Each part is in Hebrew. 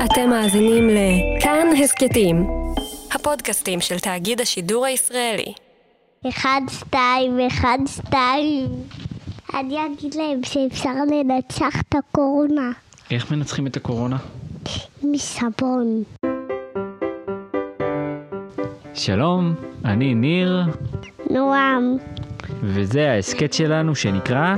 אתם מאזינים לכאן הסקטים, הפודקאסטים של תאגיד השידור הישראלי. 1, 2, 1, 2. אני אגיד להם שאפשר לנצח את הקורונה. איך מנצחים את הקורונה? מסבון. שלום, אני ניר. נועם. וזה ההסקט שלנו שנקרא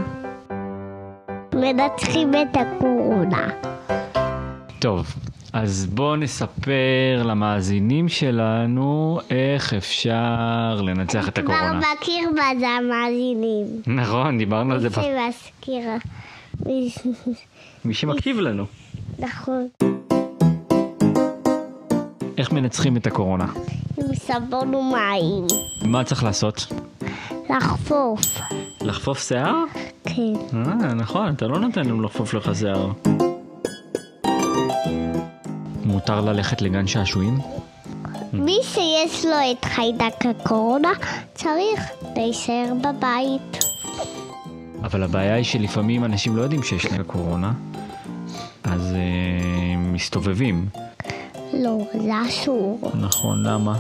מנצחים את הקורונה. טוב, אז בואו נספר למאזינים שלנו איך אפשר לנצח את הקורונה. כבר מכיר מה זה המאזינים. נכון, דיברנו על זה. זה מזכיר. מי שמקשיב לנו. נכון. איך מנצחים את הקורונה? עם סבון ומים. מה צריך לעשות? לחפוף. לחפוף שיער? כן. נכון, אתה לא נותן לנו לחפוף לך שיער. מותר ללכת לגן שעשועים? מי שיש לו את חיידק הקורונה צריך להישאר בבית. אבל הבעיה היא שלפעמים אנשים לא יודעים שיש להם קורונה, אז הם מסתובבים. לא, זה אסור. נכון, למה?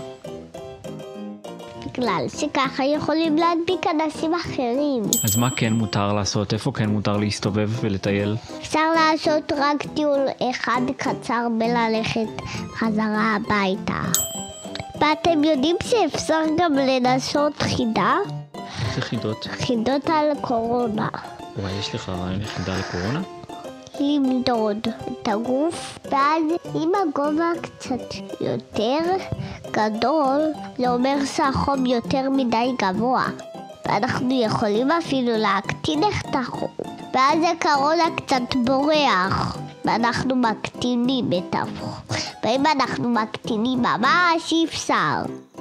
בגלל שככה יכולים להדביק אנשים אחרים. אז מה כן מותר לעשות? איפה כן מותר להסתובב ולטייל? אפשר לעשות רק טיול אחד קצר בללכת חזרה הביתה. ואתם יודעים שאפשר גם לנסות חידה? איזה חידות? חידות על קורונה. וואי, יש לך רעיון חידה לקורונה? למדוד את הגוף, ואז אם הגובה קצת יותר גדול, זה אומר שהחום יותר מדי גבוה. ואנחנו יכולים אפילו להקטין את החום. ואז הקורונה קצת בורח, ואנחנו מקטינים את החום. ואם אנחנו מקטינים ממש אפשר.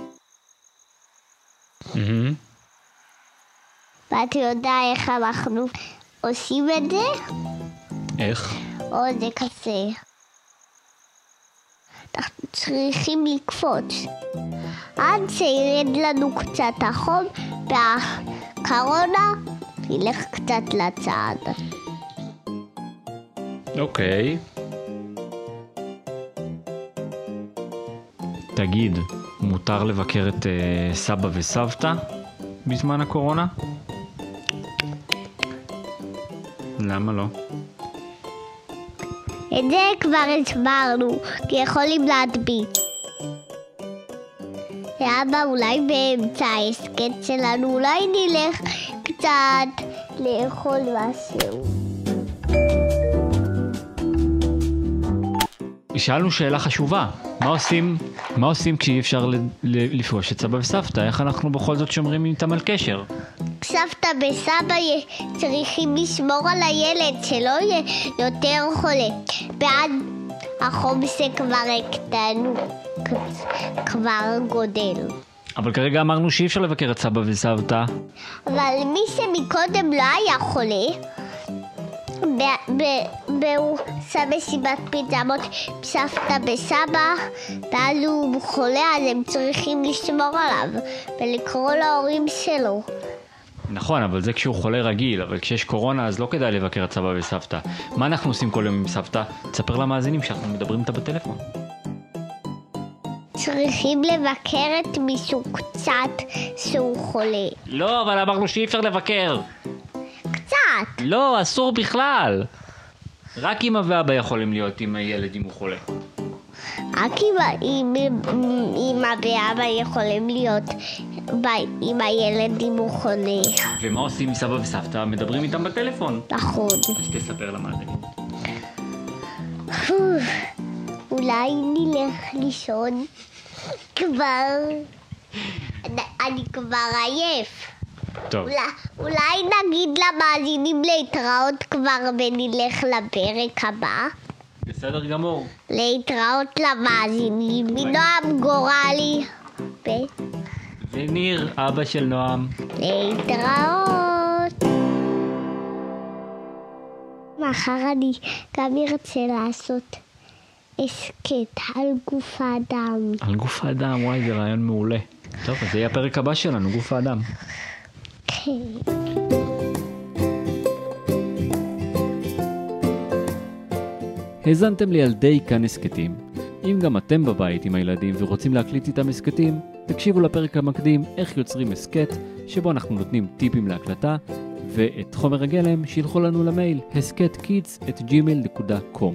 ואתה יודע איך אנחנו עושים את זה? איך? או זה כזה. אנחנו צריכים לקפוץ. עד שירד לנו קצת החום, והקורונה ילך קצת לצד. אוקיי. תגיד, מותר לבקר את סבא וסבתא בזמן הקורונה? למה לא? את זה כבר הסברנו, כי יכולים להדביק. אבא, אולי באמצע ההסקט שלנו, אולי נלך קצת לאכול משהו. שאלנו שאלה חשובה, מה עושים כשאי אפשר לפגוש את סבא וסבתא? איך אנחנו בכל זאת שומרים איתם על קשר? סבתא וסבא צריכים לשמור על הילד שלא יהיה יותר חולה. ועד החום שכבר הקטנו, כבר גודל. אבל כרגע אמרנו שאי אפשר לבקר את סבא וסבתא. אבל מי שמקודם לא היה חולה, והוא עושה מסיבת פיג'מות סבתא וסבא, ואז הוא חולה, אז הם צריכים לשמור עליו ולקרוא להורים שלו. נכון, אבל זה כשהוא חולה רגיל, אבל כשיש קורונה אז לא כדאי לבקר את סבא וסבתא. מה אנחנו עושים כל יום עם סבתא? תספר למאזינים שאנחנו מדברים איתה בטלפון. צריכים לבקר את מישהו קצת שהוא חולה. לא, אבל אמרנו שאי אפשר לבקר. קצת. לא, אסור בכלל. רק אמא ואבא יכולים להיות עם הילד אם הוא חולה. רק אמא ואבא יכולים להיות עם הילד אם הוא חולה. ומה עושים עם סבא וסבתא? מדברים איתם בטלפון. נכון. אז תספר למאזינים. אולי נלך לישון כבר. אני כבר עייף. טוב. אולי נגיד למאזינים להתראות כבר ונלך לפרק הבא. בסדר גמור. להתראות למאזינים. מנועם גורלי. וניר, אבא של נועם. להתראות. מחר אני גם ארצה לעשות הסקט על גוף האדם. על גוף האדם, וואי, זה רעיון מעולה. טוב, אז זה יהיה הפרק הבא שלנו, גוף האדם. כן. האזנתם לילדי כאן הסקטים. אם גם אתם בבית עם הילדים ורוצים להקליט איתם הסקטים, תקשיבו לפרק המקדים איך יוצרים הסקט, שבו אנחנו נותנים טיפים להקלטה, ואת חומר הגלם שילחו לנו למייל hesketkids@gmail.com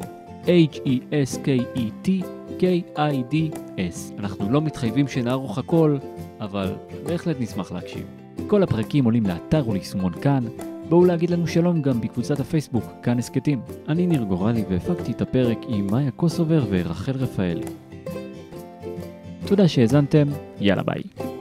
HESKETKIDS. אנחנו לא מתחייבים שנערוך הכל, אבל בהחלט נשמח להקשיב. כל הפרקים עולים לאתר וליישומון כאן. בואו להגיד לנו שלום גם בקבוצת הפייסבוק כאן הסקטים. אני ניר גורלי והפקתי את הפרק עם מאיה קוסובר ורחל רפאלי. תודה שהאזנתם, יאללה ביי.